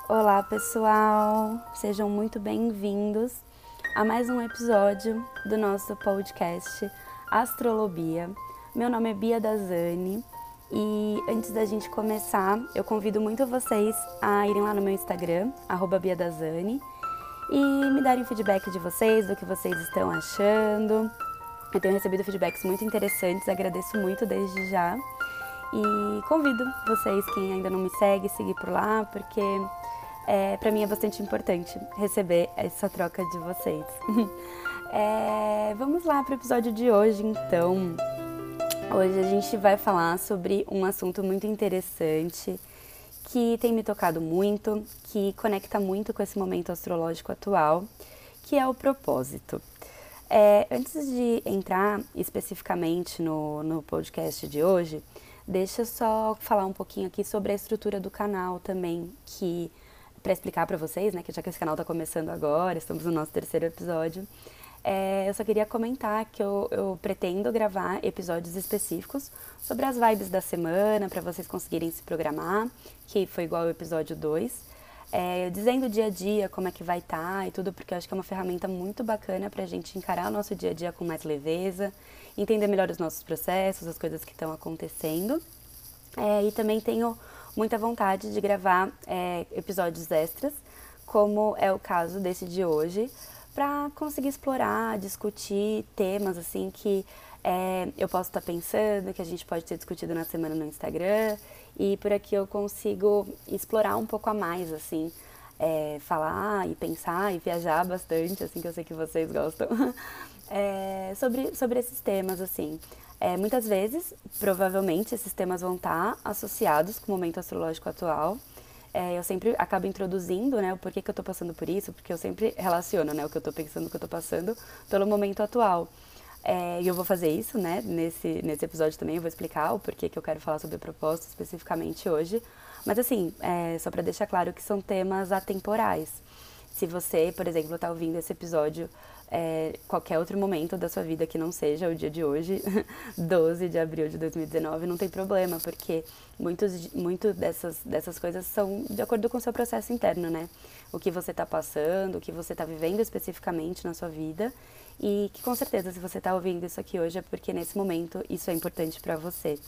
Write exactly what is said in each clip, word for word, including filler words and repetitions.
Olá pessoal, sejam muito bem-vindos a mais um episódio do nosso podcast Astrolobia. Meu nome é Bia Dazani e antes da gente começar, eu convido muito vocês a irem lá no meu Instagram, arroba Bia Dazani, e me darem feedback de vocês, do que vocês estão achando. Eu tenho recebido feedbacks muito interessantes, agradeço muito desde já. E convido vocês, quem ainda não me segue, seguir por lá, porque é, para mim é bastante importante receber essa troca de vocês. é, vamos lá para o episódio de hoje, então. Hoje a gente vai falar sobre um assunto muito interessante, que tem me tocado muito, que conecta muito com esse momento astrológico atual, que é o propósito. É, antes de entrar especificamente no, no podcast de hoje, deixa eu só falar um pouquinho aqui sobre a estrutura do canal também, que para explicar para vocês, né, que já que esse canal está começando agora, estamos no nosso terceiro episódio, é, eu só queria comentar que eu, eu pretendo gravar episódios específicos sobre as vibes da semana, para vocês conseguirem se programar, que foi igual ao episódio dois, é, dizendo o dia a dia, como é que vai estar e tudo, porque eu acho que é uma ferramenta muito bacana para a gente encarar o nosso dia a dia com mais leveza, entender melhor os nossos processos, as coisas que estão acontecendo. É, e também tenho muita vontade de gravar é, episódios extras, como é o caso desse de hoje, para conseguir explorar, discutir temas assim que é, eu posso estar pensando, que a gente pode ter discutido na semana no Instagram, e por aqui eu consigo explorar um pouco a mais, assim, é, falar e pensar e viajar bastante, assim, que eu sei que vocês gostam, é, sobre, sobre esses temas, assim. É, muitas vezes, provavelmente, esses temas vão estar associados com o momento astrológico atual. É, eu sempre acabo introduzindo, né, o porquê que eu estou passando por isso, porque eu sempre relaciono, né, o que eu estou pensando, o que eu estou passando, pelo momento atual. É, e eu vou fazer isso, né, nesse, nesse episódio também, eu vou explicar o porquê que eu quero falar sobre o propósito especificamente hoje. Mas assim, é, só para deixar claro que são temas atemporais. Se você, por exemplo, está ouvindo esse episódio é, qualquer outro momento da sua vida que não seja o dia de hoje, doze de abril de dois mil e dezenove, não tem problema, porque muitos, muito dessas, dessas coisas são de acordo com o seu processo interno, né? O que você está passando, o que você está vivendo especificamente na sua vida, e que com certeza se você está ouvindo isso aqui hoje é porque nesse momento isso é importante para você.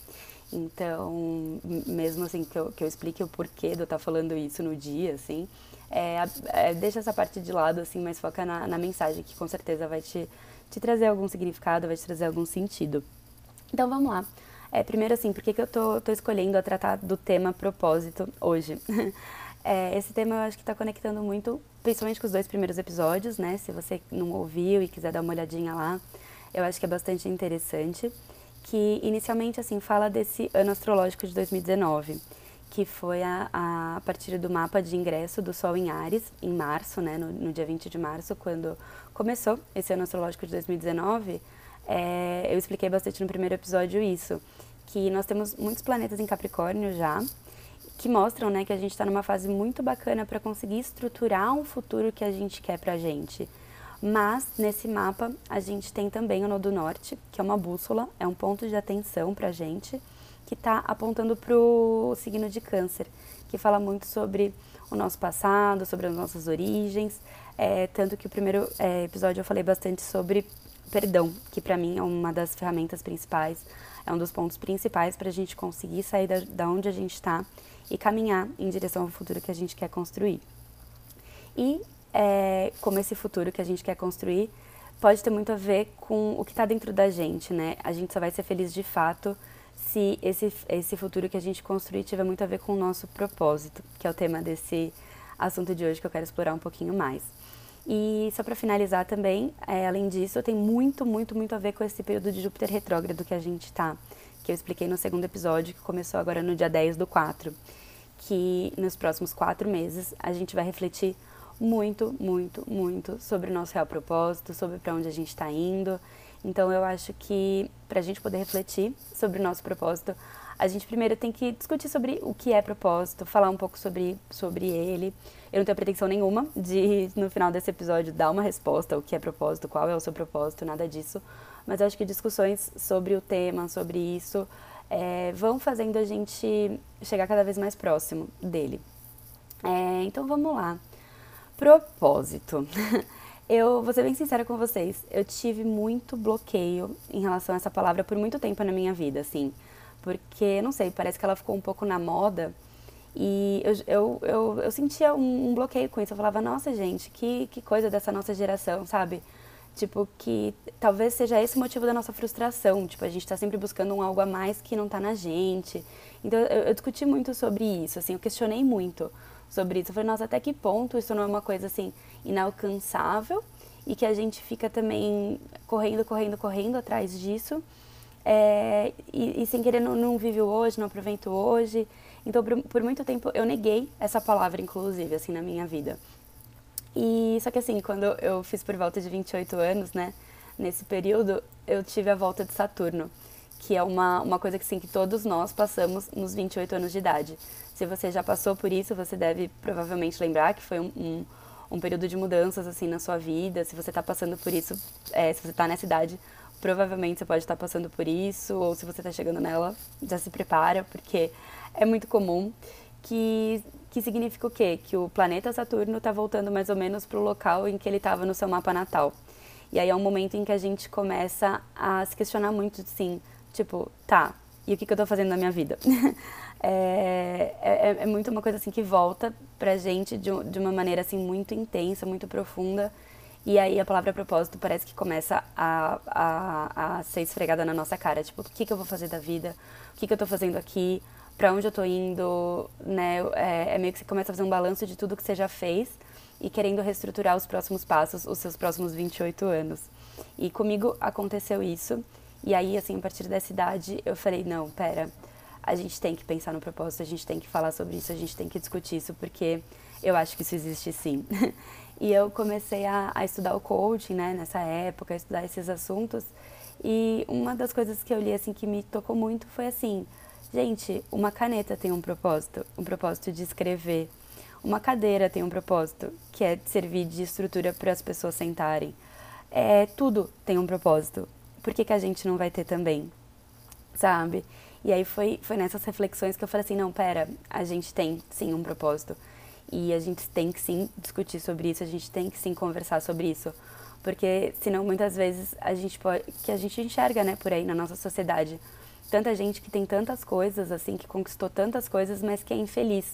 Então, mesmo assim que eu, que eu explique o porquê de eu estar falando isso no dia, assim, é, é, deixa essa parte de lado, assim, mas foca na, na mensagem, que com certeza vai te, te trazer algum significado, vai te trazer algum sentido. Então, vamos lá. É, primeiro, assim, por que, que eu tô, tô escolhendo a tratar do tema propósito hoje? É, esse tema eu acho que está conectando muito, principalmente com os dois primeiros episódios, né? Se você não ouviu e quiser dar uma olhadinha lá, eu acho que é bastante interessante. Que inicialmente, assim, fala desse ano astrológico de dois mil e dezenove, que foi a, a, a partir do mapa de ingresso do Sol em Áries, em março, né? No, no dia vinte de março, quando começou esse ano astrológico de dois mil e dezenove, é, eu expliquei bastante no primeiro episódio isso, que nós temos muitos planetas em Capricórnio já, que mostram, né, que a gente está numa fase muito bacana para conseguir estruturar um futuro que a gente quer pra gente. Mas, nesse mapa, a gente tem também o Nodo Norte, que é uma bússola, é um ponto de atenção pra gente, que está apontando pro signo de Câncer, que fala muito sobre o nosso passado, sobre as nossas origens, é, tanto que o primeiro é, episódio eu falei bastante sobre perdão, que pra mim é uma das ferramentas principais, é um dos pontos principais para a gente conseguir sair da, da onde a gente está e caminhar em direção ao futuro que a gente quer construir. E é, como esse futuro que a gente quer construir pode ter muito a ver com o que está dentro da gente, né? A gente só vai ser feliz de fato se esse, esse futuro que a gente construir tiver muito a ver com o nosso propósito, que é o tema desse assunto de hoje que eu quero explorar um pouquinho mais. E só para finalizar também, é, além disso, tem muito, muito, muito a ver com esse período de Júpiter retrógrado que a gente está, que eu expliquei no segundo episódio, que começou agora no dia dez do quatro, que nos próximos quatro meses a gente vai refletir muito, muito, muito sobre o nosso real propósito, sobre para onde a gente está indo. Então eu acho que para a gente poder refletir sobre o nosso propósito, a gente primeiro tem que discutir sobre o que é propósito, falar um pouco sobre, sobre ele. Eu não tenho pretensão nenhuma de, no final desse episódio, dar uma resposta ao que é propósito, qual é o seu propósito, nada disso. Mas eu acho que discussões sobre o tema, sobre isso, é, vão fazendo a gente chegar cada vez mais próximo dele. É, então vamos lá. Propósito. Eu vou ser bem sincera com vocês, eu tive muito bloqueio em relação a essa palavra por muito tempo na minha vida, assim. Porque, não sei, parece que ela ficou um pouco na moda e eu, eu, eu, eu sentia um, um bloqueio com isso. Eu falava, nossa, gente, que, que coisa dessa nossa geração, sabe? Tipo, que talvez seja esse o motivo da nossa frustração. Tipo, a gente tá sempre buscando um algo a mais que não tá na gente. Então, eu, eu discuti muito sobre isso, assim, eu questionei muito sobre isso. Eu falei, nossa, até que ponto isso não é uma coisa, assim, inalcançável e que a gente fica também correndo, correndo, correndo atrás disso. É, e, e sem querer não, não vive o hoje, não aproveito o hoje. Então, por, por muito tempo, eu neguei essa palavra, inclusive, assim, na minha vida. E só que assim, quando eu fiz por volta de vinte e oito anos, né, nesse período, eu tive a volta de Saturno, que é uma, uma coisa que, assim, que todos nós passamos nos vinte e oito anos de idade. Se você já passou por isso, você deve provavelmente lembrar que foi um, um, um período de mudanças, assim, na sua vida. Se você está passando por isso, é, se você está nessa idade, provavelmente você pode estar passando por isso, ou se você está chegando nela, já se prepara, porque é muito comum. Que, que significa o quê? Que o planeta Saturno está voltando mais ou menos para o local em que ele estava no seu mapa natal. E aí é um momento em que a gente começa a se questionar muito, assim, tipo, tá, e o que, que eu estou fazendo na minha vida? é, é, é muito uma coisa assim que volta pra gente de, de uma maneira assim muito intensa, muito profunda. E aí a palavra propósito parece que começa a, a, a ser esfregada na nossa cara. Tipo, o que, que eu vou fazer da vida? O que, que eu tô fazendo aqui? Pra onde eu tô indo? Né? É, é meio que você começa a fazer um balanço de tudo que você já fez e querendo reestruturar os próximos passos, os seus próximos vinte e oito anos. E comigo aconteceu isso. E aí, assim, a partir dessa idade, eu falei, não, pera, a gente tem que pensar no propósito, a gente tem que falar sobre isso, a gente tem que discutir isso, porque eu acho que isso existe sim. E eu comecei a, a estudar o coaching, né, nessa época, a estudar esses assuntos. E uma das coisas que eu li, assim, que me tocou muito foi assim, gente, uma caneta tem um propósito, um propósito de escrever. Uma cadeira tem um propósito, que é servir de estrutura para as pessoas sentarem. É, tudo tem um propósito. Por que, que a gente não vai ter também? Sabe? E aí foi, foi nessas reflexões que eu falei assim, não, pera, a gente tem sim um propósito. E a gente tem que sim discutir sobre isso, a gente tem que sim conversar sobre isso. Porque senão muitas vezes a gente pode, que a gente enxerga, né, por aí na nossa sociedade, tanta gente que tem tantas coisas, assim, que conquistou tantas coisas, mas que é infeliz.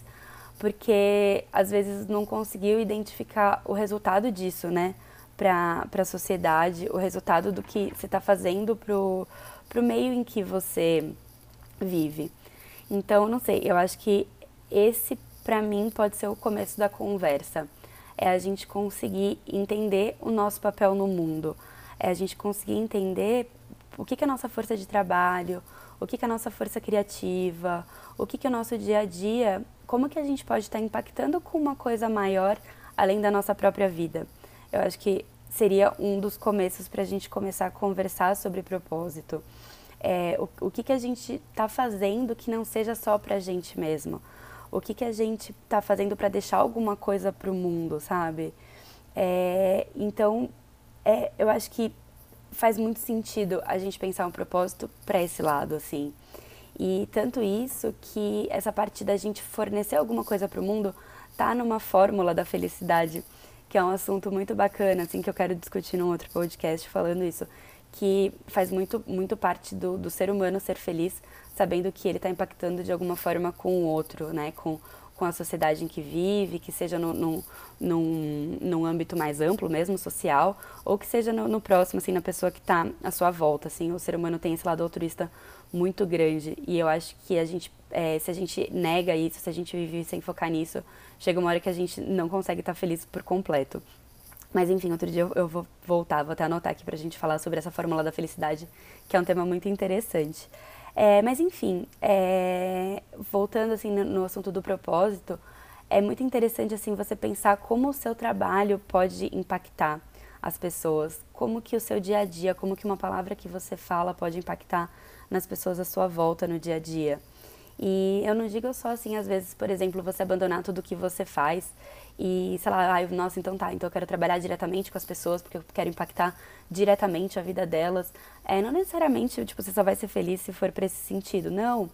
Porque às vezes não conseguiu identificar o resultado disso, né, para a sociedade, o resultado do que você está fazendo pro, pro meio em que você vive. Então, não sei, eu acho que esse, pra mim, pode ser o começo da conversa. É a gente conseguir entender o nosso papel no mundo. É a gente conseguir entender o que, que é a nossa força de trabalho, o que, que é a nossa força criativa, o que, que é o nosso dia a dia, como que a gente pode estar impactando com uma coisa maior além da nossa própria vida. Eu acho que seria um dos começos para a gente começar a conversar sobre propósito. É, o, o que, que a gente está fazendo que não seja só para a gente mesmo. O que, que a gente está fazendo para deixar alguma coisa para o mundo, sabe? É, então, é, eu acho que faz muito sentido a gente pensar um propósito para esse lado, assim. E tanto isso que essa parte da gente fornecer alguma coisa para o mundo tá numa fórmula da felicidade, que é um assunto muito bacana, assim, que eu quero discutir num outro podcast falando isso, que faz muito, muito parte do, do ser humano ser feliz, sabendo que ele está impactando de alguma forma com o outro, né, com, com a sociedade em que vive, que seja no, no, num, num âmbito mais amplo mesmo, social, ou que seja no, no próximo, assim, na pessoa que está à sua volta, assim, o ser humano tem esse lado altruísta muito grande, e eu acho que a gente, é, se a gente nega isso, se a gente vive sem focar nisso, chega uma hora que a gente não consegue estar feliz por completo. Mas enfim, outro dia eu, eu vou voltar, vou até anotar aqui pra gente falar sobre essa fórmula da felicidade, que é um tema muito interessante. É, mas enfim, é, voltando assim no, no assunto do propósito, é muito interessante assim você pensar como o seu trabalho pode impactar as pessoas, como que o seu dia a dia, como que uma palavra que você fala pode impactar nas pessoas à sua volta no dia a dia. E eu não digo só assim, às vezes, por exemplo, você abandonar tudo que você faz e, sei lá, ai, nossa, então tá, então eu quero trabalhar diretamente com as pessoas porque eu quero impactar diretamente a vida delas. É, não necessariamente, tipo, você só vai ser feliz se for pra esse sentido, não.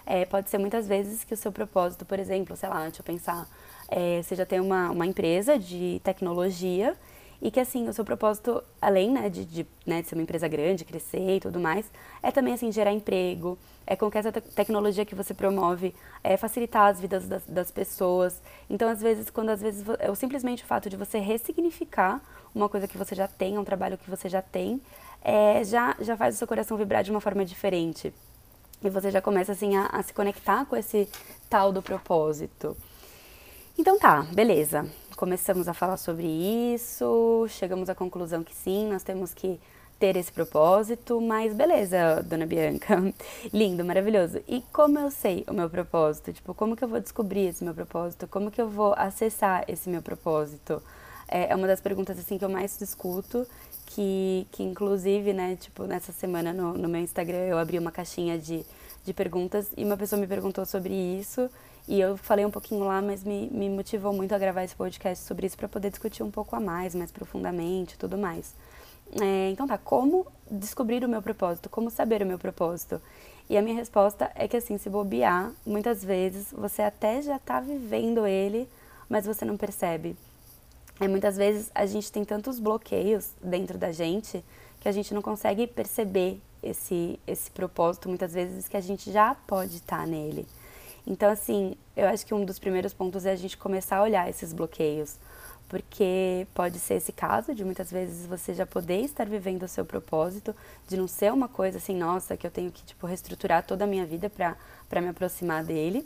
É, pode ser muitas vezes que o seu propósito, por exemplo, sei lá, deixa eu pensar, é, você já tem uma, uma empresa de tecnologia e que, assim, o seu propósito, além, né, de, de, né, de ser uma empresa grande, crescer e tudo mais, é também, assim, gerar emprego, é com que essa te tecnologia que você promove é facilitar as vidas das, das pessoas. Então, às vezes, quando às vezes, é simplesmente o fato de você ressignificar uma coisa que você já tem, um trabalho que você já tem, é, já, já faz o seu coração vibrar de uma forma diferente. E você já começa, assim, a, a se conectar com esse tal do propósito. Então tá, beleza. Começamos a falar sobre isso, chegamos à conclusão que sim, nós temos que ter esse propósito, mas beleza, dona Bianca. Lindo, maravilhoso. E como eu sei o meu propósito? Tipo, como que eu vou descobrir esse meu propósito? Como que eu vou acessar esse meu propósito? É uma das perguntas, assim, que eu mais discuto, que, que inclusive, né, tipo, nessa semana no, no meu Instagram eu abri uma caixinha de, de perguntas e uma pessoa me perguntou sobre isso. E eu falei um pouquinho lá, mas me, me motivou muito a gravar esse podcast sobre isso para poder discutir um pouco a mais, mais profundamente e tudo mais. É, então tá, como descobrir o meu propósito? Como saber o meu propósito? E a minha resposta é que, assim, se bobear, muitas vezes você até já tá vivendo ele, mas você não percebe. É, muitas vezes a gente tem tantos bloqueios dentro da gente que a gente não consegue perceber esse, esse propósito, muitas vezes, que a gente já pode estar nele. Então, assim, eu acho que um dos primeiros pontos é a gente começar a olhar esses bloqueios, porque pode ser esse caso de muitas vezes você já poder estar vivendo o seu propósito, de não ser uma coisa assim, nossa, que eu tenho que, tipo, reestruturar toda a minha vida para para me aproximar dele,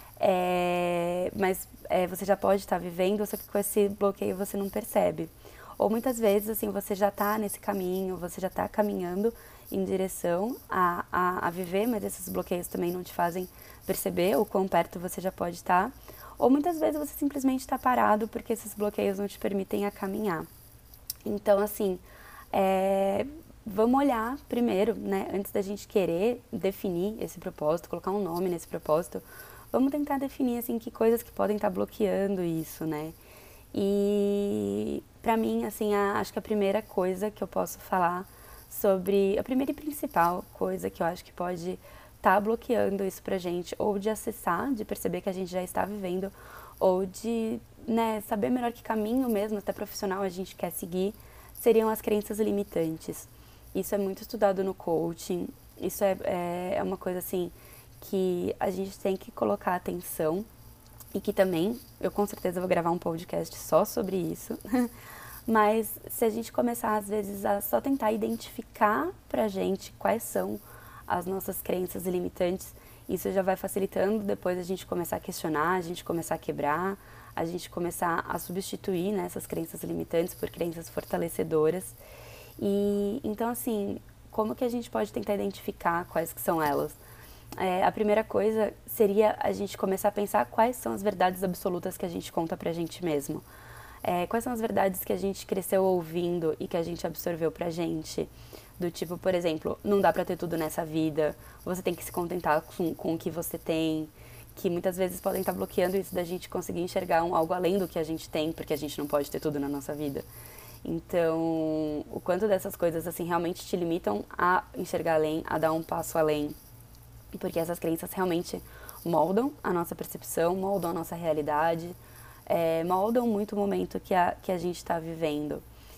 é, mas é, você já pode estar vivendo, só que com esse bloqueio você não percebe. Ou muitas vezes, assim, você já está nesse caminho, você já está caminhando em direção a, a, a viver, mas esses bloqueios também não te fazem perceber o quão perto você já pode estar. Ou muitas vezes você simplesmente está parado porque esses bloqueios não te permitem a caminhar. Então, assim, é, vamos olhar primeiro, né, antes da gente querer definir esse propósito, colocar um nome nesse propósito, vamos tentar definir, assim, que coisas que podem estar bloqueando isso, né? E, pra mim, assim, a, acho que a primeira coisa que eu posso falar sobre, a primeira e principal coisa que eu acho que pode estar bloqueando isso pra gente, ou de acessar, de perceber que a gente já está vivendo, ou de, né, saber melhor que caminho mesmo, até profissional, a gente quer seguir, seriam as crenças limitantes. Isso é muito estudado no coaching, isso é, é, é uma coisa, assim, que a gente tem que colocar atenção, e que também, eu com certeza vou gravar um podcast só sobre isso, mas se a gente começar às vezes a só tentar identificar pra gente quais são as nossas crenças limitantes, isso já vai facilitando depois a gente começar a questionar, a gente começar a quebrar, a gente começar a substituir, né, essas crenças limitantes por crenças fortalecedoras. E então, assim, como que a gente pode tentar identificar quais que são elas? É, a primeira coisa seria a gente começar a pensar quais são as verdades absolutas que a gente conta pra gente mesmo. É, quais são as verdades que a gente cresceu ouvindo e que a gente absorveu pra gente. Do tipo, por exemplo, não dá pra ter tudo nessa vida, você tem que se contentar com, com o que você tem, que muitas vezes podem estar bloqueando isso da gente conseguir enxergar um, algo além do que a gente tem, porque a gente não pode ter tudo na nossa vida. Então, o quanto dessas coisas, assim, realmente te limitam a enxergar além, a dar um passo além. Porque essas crenças realmente moldam a nossa percepção, moldam a nossa realidade, é, moldam muito o momento que a, que a gente está vivendo.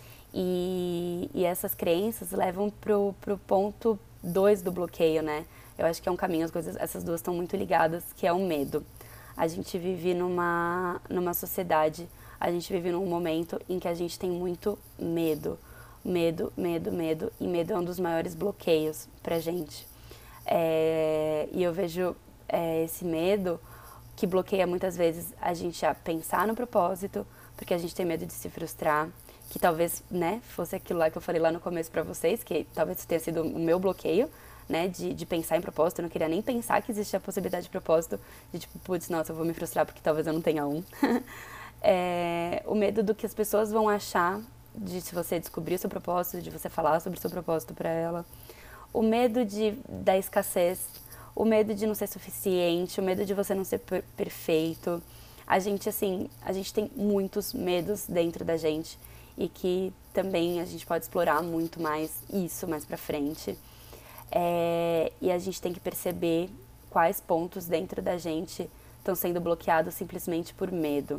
E, e essas crenças levam pro, pro ponto dois do bloqueio, né? Eu acho que é um caminho, as coisas, essas duas estão muito ligadas, que é o medo. A gente vive numa, numa sociedade, a gente vive num momento em que a gente tem muito medo. Medo, medo, medo. E medo é um dos maiores bloqueios pra gente. É, e eu vejo é, esse medo que bloqueia muitas vezes a gente a pensar no propósito, porque a gente tem medo de se frustrar, que talvez, né, fosse aquilo lá que eu falei lá no começo pra vocês, que talvez tenha sido o meu bloqueio, né, de, de pensar em propósito. Eu não queria nem pensar que existia a possibilidade de propósito, de tipo, putz, nossa, eu vou me frustrar porque talvez eu não tenha um. É, o medo do que as pessoas vão achar de se você descobrir o seu propósito, de você falar sobre o seu propósito pra ela. O medo de, da escassez, o medo de não ser suficiente, o medo de você não ser per perfeito. A gente, assim, a gente tem muitos medos dentro da gente e que também a gente pode explorar muito mais isso mais pra frente. É, e a gente tem que perceber quais pontos dentro da gente estão sendo bloqueados simplesmente por medo.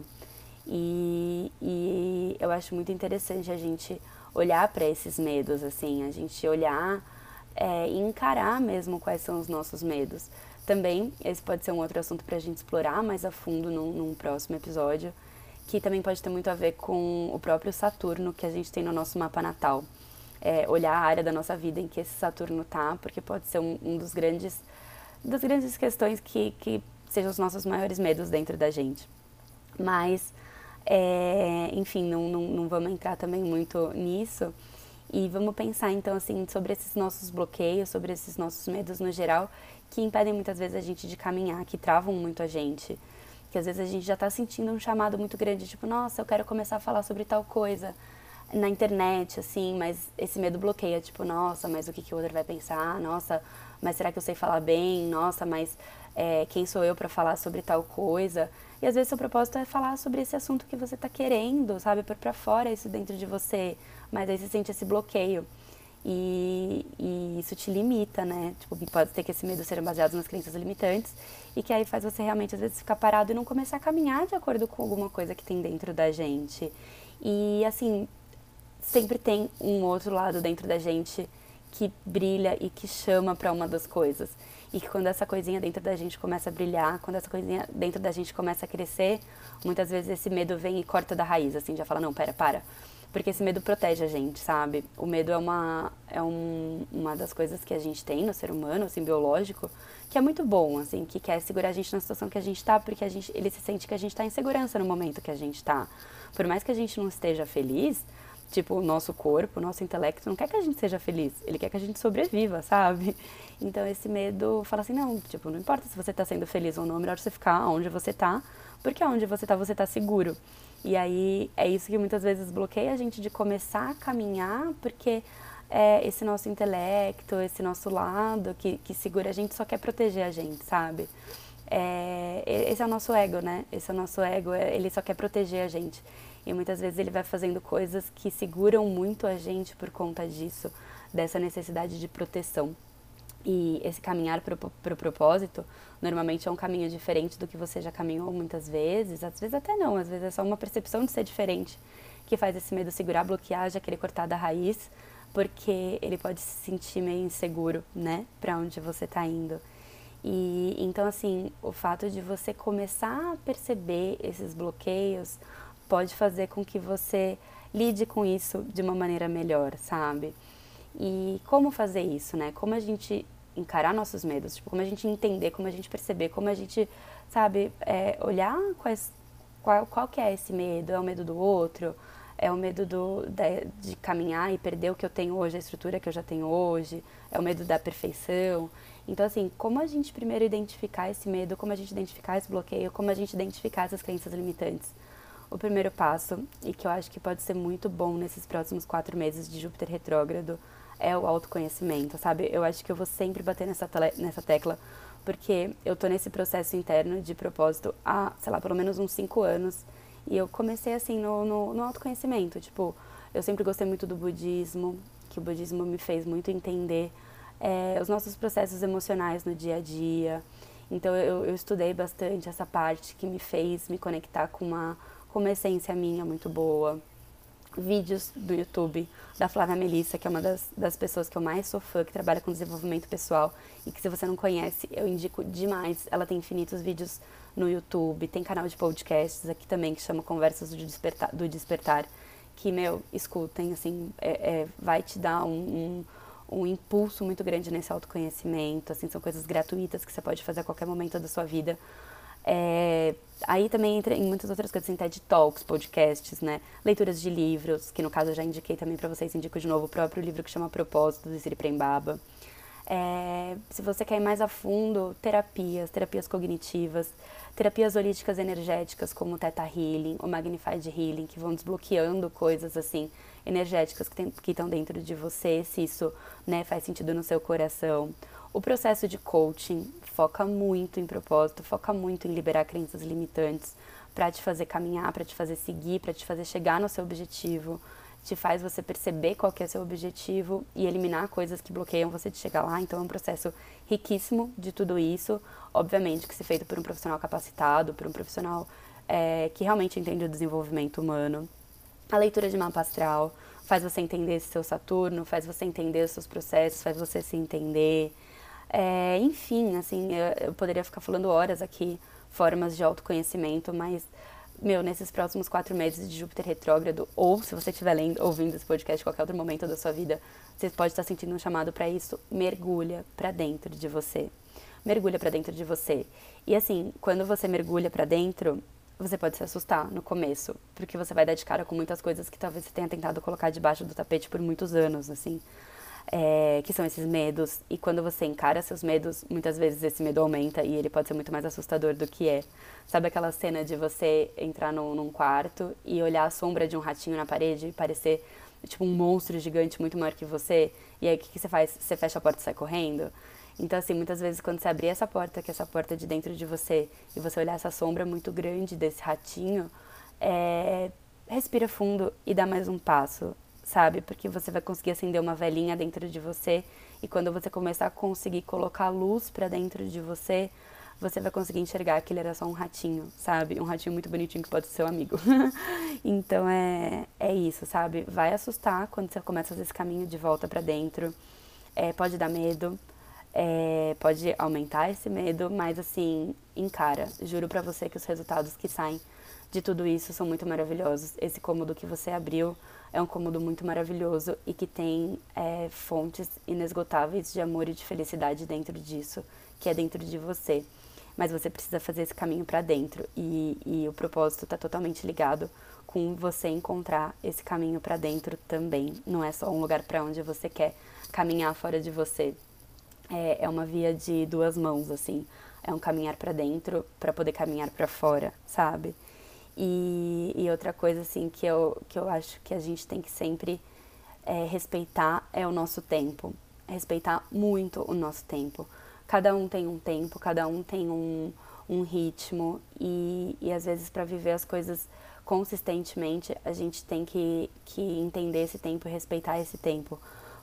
E, e eu acho muito interessante a gente olhar para esses medos, assim, a gente olhar é, e encarar mesmo quais são os nossos medos. Também, esse pode ser um outro assunto para a gente explorar mais a fundo num, num próximo episódio, que também pode ter muito a ver com o próprio Saturno que a gente tem no nosso mapa natal. É, olhar a área da nossa vida em que esse Saturno tá, porque pode ser um, um dos grandes, das grandes questões que, que sejam os nossos maiores medos dentro da gente. Mas, é, enfim, não, não, não vamos entrar também muito nisso. E vamos pensar, então, assim, sobre esses nossos bloqueios, sobre esses nossos medos no geral, que impedem muitas vezes a gente de caminhar, que travam muito a gente. Que às vezes a gente já está sentindo um chamado muito grande, tipo, nossa, eu quero começar a falar sobre tal coisa na internet, assim, mas esse medo bloqueia, tipo, nossa, mas o que, que o outro vai pensar? Nossa, mas será que eu sei falar bem? Nossa, mas é, quem sou eu para falar sobre tal coisa? E às vezes seu propósito é falar sobre esse assunto que você está querendo, sabe, pôr para fora isso dentro de você, mas aí você sente esse bloqueio. E, e isso te limita, né? Tipo, pode ser que esse medo seja baseado nas crenças limitantes e que aí faz você realmente, às vezes, ficar parado e não começar a caminhar de acordo com alguma coisa que tem dentro da gente. E, assim, sempre tem um outro lado dentro da gente que brilha e que chama para uma das coisas. E que quando essa coisinha dentro da gente começa a brilhar, quando essa coisinha dentro da gente começa a crescer, muitas vezes esse medo vem e corta da raiz, assim, já fala, não, pera, para. Porque esse medo protege a gente, sabe? O medo é uma, é um, uma das coisas que a gente tem no ser humano, assim, biológico, que é muito bom, assim, que quer segurar a gente na situação que a gente tá, porque a gente, ele se sente que a gente tá em segurança no momento que a gente tá. Por mais que a gente não esteja feliz, tipo, o nosso corpo, o nosso intelecto não quer que a gente seja feliz, ele quer que a gente sobreviva, sabe? Então esse medo fala assim, não, tipo, não importa se você tá sendo feliz ou não, é melhor você ficar onde você tá, porque onde você tá, você tá seguro. E aí é isso que muitas vezes bloqueia a gente de começar a caminhar, porque é, esse nosso intelecto, esse nosso lado que, que segura a gente só quer proteger a gente, sabe? É, esse é o nosso ego, né? Esse é o nosso ego, ele só quer proteger a gente. E muitas vezes ele vai fazendo coisas que seguram muito a gente por conta disso, dessa necessidade de proteção. E esse caminhar para o pro propósito, normalmente é um caminho diferente do que você já caminhou muitas vezes, às vezes até não, às vezes é só uma percepção de ser diferente, que faz esse medo segurar, bloquear, já querer cortar da raiz, porque ele pode se sentir meio inseguro, né, para onde você está indo. E então, assim, o fato de você começar a perceber esses bloqueios pode fazer com que você lide com isso de uma maneira melhor, sabe? E como fazer isso, né? Como a gente encarar nossos medos, tipo, como a gente entender, como a gente perceber, como a gente, sabe, é, olhar quais, qual, qual que é esse medo, é o medo do outro, é o medo do, de, de caminhar e perder o que eu tenho hoje, a estrutura que eu já tenho hoje, é o medo da perfeição. Então, assim, como a gente primeiro identificar esse medo, como a gente identificar esse bloqueio, como a gente identificar essas crenças limitantes. O primeiro passo, e que eu acho que pode ser muito bom nesses próximos quatro meses de Júpiter retrógrado, é o autoconhecimento, sabe? Eu acho que eu vou sempre bater nessa, tele, nessa tecla, porque eu tô nesse processo interno de propósito há, sei lá, pelo menos uns cinco anos, e eu comecei, assim, no, no, no autoconhecimento, tipo, eu sempre gostei muito do budismo, que o budismo me fez muito entender é, os nossos processos emocionais no dia a dia, então eu, eu estudei bastante essa parte que me fez me conectar com uma, com uma essência minha muito boa. Vídeos do YouTube da Flávia Melissa, que é uma das, das pessoas que eu mais sou fã, que trabalha com desenvolvimento pessoal e que se você não conhece, eu indico demais. Ela tem infinitos vídeos no YouTube, tem canal de podcasts aqui também que chama Conversas do Despertar, do Despertar que, meu, escutem, assim, é, é, vai te dar um, um, um impulso muito grande nesse autoconhecimento, assim, são coisas gratuitas que você pode fazer a qualquer momento da sua vida. É, aí também entra em muitas outras coisas, assim, TED Talks, podcasts, né, leituras de livros, que no caso eu já indiquei também pra vocês, indico de novo o próprio livro que chama Propósito, do Siri Prembaba. É, se você quer ir mais a fundo, terapias, terapias cognitivas, terapias holísticas energéticas como o Theta Healing, o Magnified Healing, que vão desbloqueando coisas assim energéticas que, tem, que estão dentro de você, se isso, né, faz sentido no seu coração. O processo de coaching foca muito em propósito, foca muito em liberar crenças limitantes para te fazer caminhar, para te fazer seguir, para te fazer chegar no seu objetivo. te faz você perceber qual que é seu objetivo e eliminar coisas que bloqueiam você de chegar lá. Então é um processo riquíssimo de tudo isso, obviamente que se feito por um profissional capacitado, por um profissional é, que realmente entende o desenvolvimento humano. A leitura de mapa astral faz você entender esse seu Saturno, faz você entender os seus processos, faz você se entender. É, enfim, assim, eu, eu poderia ficar falando horas aqui, formas de autoconhecimento, mas, meu, nesses próximos quatro meses de Júpiter retrógrado, ou se você estiver lendo, ouvindo esse podcast em qualquer outro momento da sua vida, você pode estar sentindo um chamado para isso, mergulha para dentro de você. Mergulha para dentro de você. E assim, quando você mergulha para dentro, você pode se assustar no começo, porque você vai dar de cara com muitas coisas que talvez você tenha tentado colocar debaixo do tapete por muitos anos, assim. É, que são esses medos, e quando você encara seus medos, muitas vezes esse medo aumenta e ele pode ser muito mais assustador do que é. Sabe aquela cena de você entrar num, num quarto e olhar a sombra de um ratinho na parede e parecer tipo um monstro gigante muito maior que você, e aí o que, que você faz? Você fecha a porta e sai correndo? Então assim, muitas vezes quando você abrir essa porta, que é essa porta de dentro de você, e você olhar essa sombra muito grande desse ratinho, é, respira fundo e dá mais um passo, sabe? Porque você vai conseguir acender uma velinha dentro de você, e quando você começar a conseguir colocar luz pra dentro de você, você vai conseguir enxergar que ele era só um ratinho, sabe? Um ratinho muito bonitinho que pode ser seu amigo. Então é, é isso, sabe? Vai assustar quando você começa a fazer esse caminho de volta pra dentro. É, pode dar medo, é, pode aumentar esse medo, mas assim, encara. Juro pra você que os resultados que saem de tudo isso são muito maravilhosos. Esse cômodo que você abriu é um cômodo muito maravilhoso e que tem é, fontes inesgotáveis de amor e de felicidade dentro disso, que é dentro de você. Mas você precisa fazer esse caminho para dentro, e, e o propósito está totalmente ligado com você encontrar esse caminho para dentro também. Não é só um lugar para onde você quer caminhar fora de você. É, é uma via de duas mãos, assim. É um caminhar para dentro para poder caminhar para fora, sabe? E, e outra coisa, assim, que eu, que eu acho que a gente tem que sempre é, respeitar é o nosso tempo. Respeitar muito o nosso tempo. Cada um tem um tempo, cada um tem um, um ritmo, e, e às vezes para viver as coisas consistentemente, a gente tem que, que entender esse tempo e respeitar esse tempo.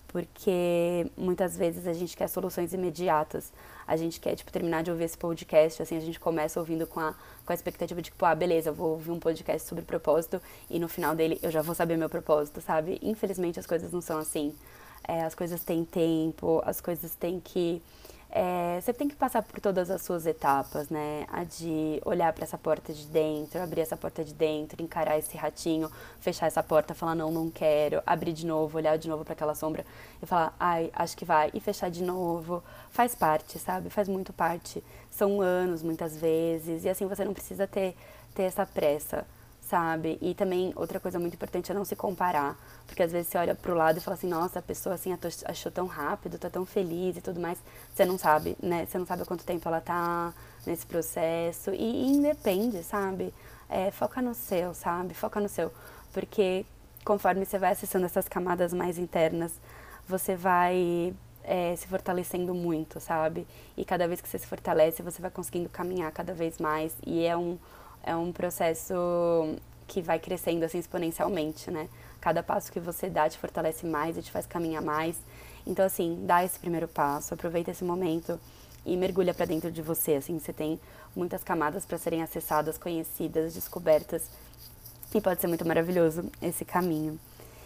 Porque muitas vezes a gente quer soluções imediatas. A gente quer, tipo, terminar de ouvir esse podcast, assim, a gente começa ouvindo com a, com a expectativa de, tipo, ah, beleza, eu vou ouvir um podcast sobre propósito e no final dele eu já vou saber meu propósito, sabe? Infelizmente as coisas não são assim. É, as coisas têm tempo, as coisas têm que... É, você tem que passar por todas as suas etapas, né? A de olhar para essa porta de dentro, abrir essa porta de dentro, encarar esse ratinho, fechar essa porta, falar não, não quero, abrir de novo, olhar de novo para aquela sombra e falar, ai, acho que vai, e fechar de novo. Faz parte, sabe? Faz muito parte. São anos, muitas vezes, e assim você não precisa ter, ter essa pressa, sabe? E também outra coisa muito importante é não se comparar, porque às vezes você olha pro lado e fala assim, nossa, a pessoa assim achou tão rápido, tá tão feliz e tudo mais. Você não sabe, né? Você não sabe há quanto tempo ela tá nesse processo, e, e independe, sabe? É, foca no seu, sabe? Foca no seu, porque conforme você vai acessando essas camadas mais internas, você vai é, se fortalecendo muito, sabe? E cada vez que você se fortalece, você vai conseguindo caminhar cada vez mais, e é um É um processo que vai crescendo assim exponencialmente, né? Cada passo que você dá te fortalece mais e te faz caminhar mais. Então, assim, dá esse primeiro passo, aproveita esse momento e mergulha pra dentro de você, assim. Você tem muitas camadas para serem acessadas, conhecidas, descobertas. E pode ser muito maravilhoso esse caminho.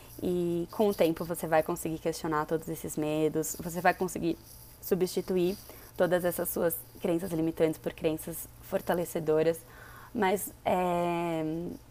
E com o tempo você vai conseguir questionar todos esses medos, você vai conseguir substituir todas essas suas crenças limitantes por crenças fortalecedoras. Mas é,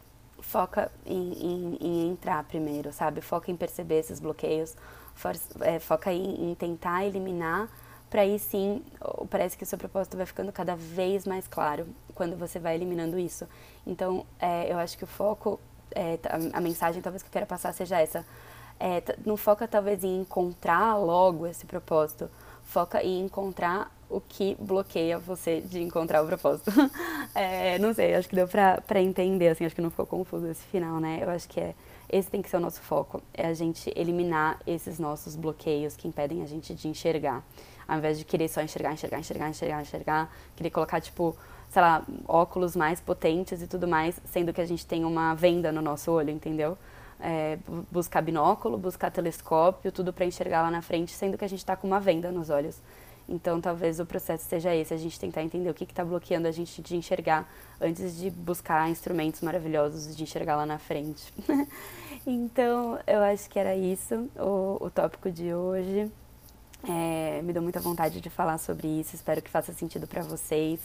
foca em, em, em entrar primeiro, sabe? Foca em perceber esses bloqueios, for, é, foca em, em tentar eliminar, para aí sim, parece que o seu propósito vai ficando cada vez mais claro quando você vai eliminando isso. Então, é, eu acho que o foco, é, a, a mensagem talvez que eu quero passar seja essa. É, não foca talvez em encontrar logo esse propósito, foca em encontrar o que bloqueia você de encontrar o propósito. É, não sei, acho que deu pra, pra entender, assim, acho que não ficou confuso esse final, né? Eu acho que é, esse tem que ser o nosso foco, é a gente eliminar esses nossos bloqueios que impedem a gente de enxergar. Ao invés de querer só enxergar, enxergar, enxergar, enxergar, enxergar, querer colocar, tipo, sei lá, óculos mais potentes e tudo mais, sendo que a gente tem uma venda no nosso olho, entendeu? é, buscar binóculo, buscar telescópio, tudo para enxergar lá na frente, sendo que a gente está com uma venda nos olhos. Então, talvez o processo seja esse, a gente tentar entender o que está bloqueando a gente de enxergar antes de buscar instrumentos maravilhosos de enxergar lá na frente. Então, eu acho que era isso, o, o tópico de hoje. É, me deu muita vontade de falar sobre isso, espero que faça sentido para vocês.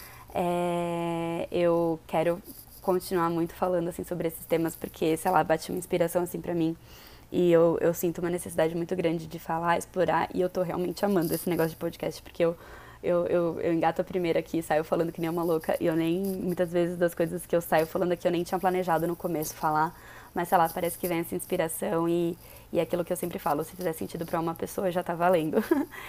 É, eu quero continuar muito falando assim, sobre esses temas, porque, sei lá, bate uma inspiração assim, para mim. E eu, eu sinto uma necessidade muito grande de falar, explorar, e eu tô realmente amando esse negócio de podcast, porque eu, eu, eu, eu engato a primeira aqui, saio falando que nem uma louca, e eu nem, muitas vezes das coisas que eu saio falando aqui, eu nem tinha planejado no começo falar, mas sei lá, parece que vem essa inspiração e, e é aquilo que eu sempre falo, se fizer sentido pra uma pessoa, já tá valendo.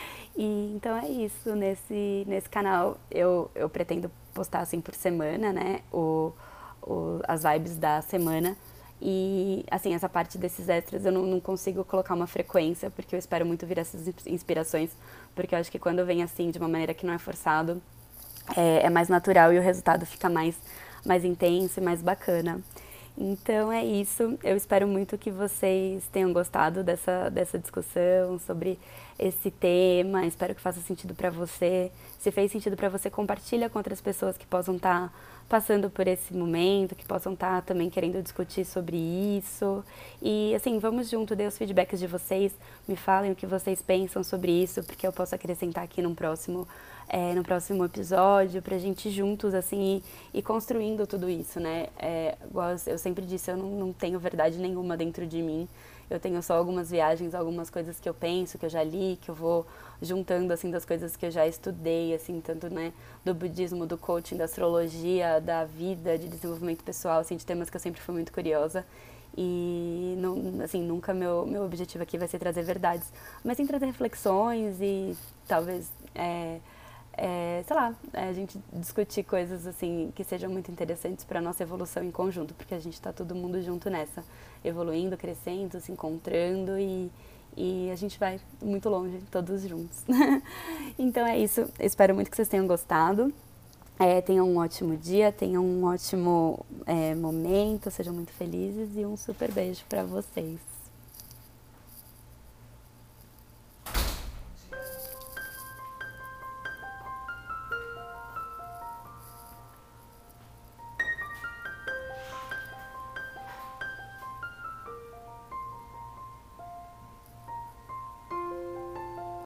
E então é isso, nesse, nesse canal eu, eu pretendo postar assim por semana, né, o, o, as vibes da semana. E, assim, essa parte desses extras eu não, não consigo colocar uma frequência, porque eu espero muito vir essas inspirações, porque eu acho que quando vem assim, de uma maneira que não é forçado, é, é mais natural e o resultado fica mais, mais intenso e mais bacana. Então é isso, eu espero muito que vocês tenham gostado dessa, dessa discussão sobre esse tema, espero que faça sentido para você. Se fez sentido para você, compartilha com outras pessoas que possam estar passando por esse momento, que possam estar também querendo discutir sobre isso. E assim, vamos junto, dê os feedbacks de vocês, me falem o que vocês pensam sobre isso, porque eu posso acrescentar aqui no próximo, é, no próximo episódio, pra gente juntos, assim, ir, ir construindo tudo isso, né? É, igual eu sempre disse, eu não, não tenho verdade nenhuma dentro de mim. Eu tenho só algumas viagens, algumas coisas que eu penso, que eu já li, que eu vou juntando, assim, das coisas que eu já estudei, assim, tanto, né, do budismo, do coaching, da astrologia, da vida, de desenvolvimento pessoal, assim, de temas que eu sempre fui muito curiosa. E, não, assim, nunca meu, meu objetivo aqui vai ser trazer verdades, mas sim trazer reflexões e talvez, é, é, sei lá, a gente discutir coisas, assim, que sejam muito interessantes para a nossa evolução em conjunto, porque a gente está todo mundo junto nessa, evoluindo, crescendo, se encontrando e, e a gente vai muito longe, todos juntos. Então é isso, eu espero muito que vocês tenham gostado. É, tenham um ótimo dia, tenham um ótimo é, momento, sejam muito felizes e um super beijo para vocês.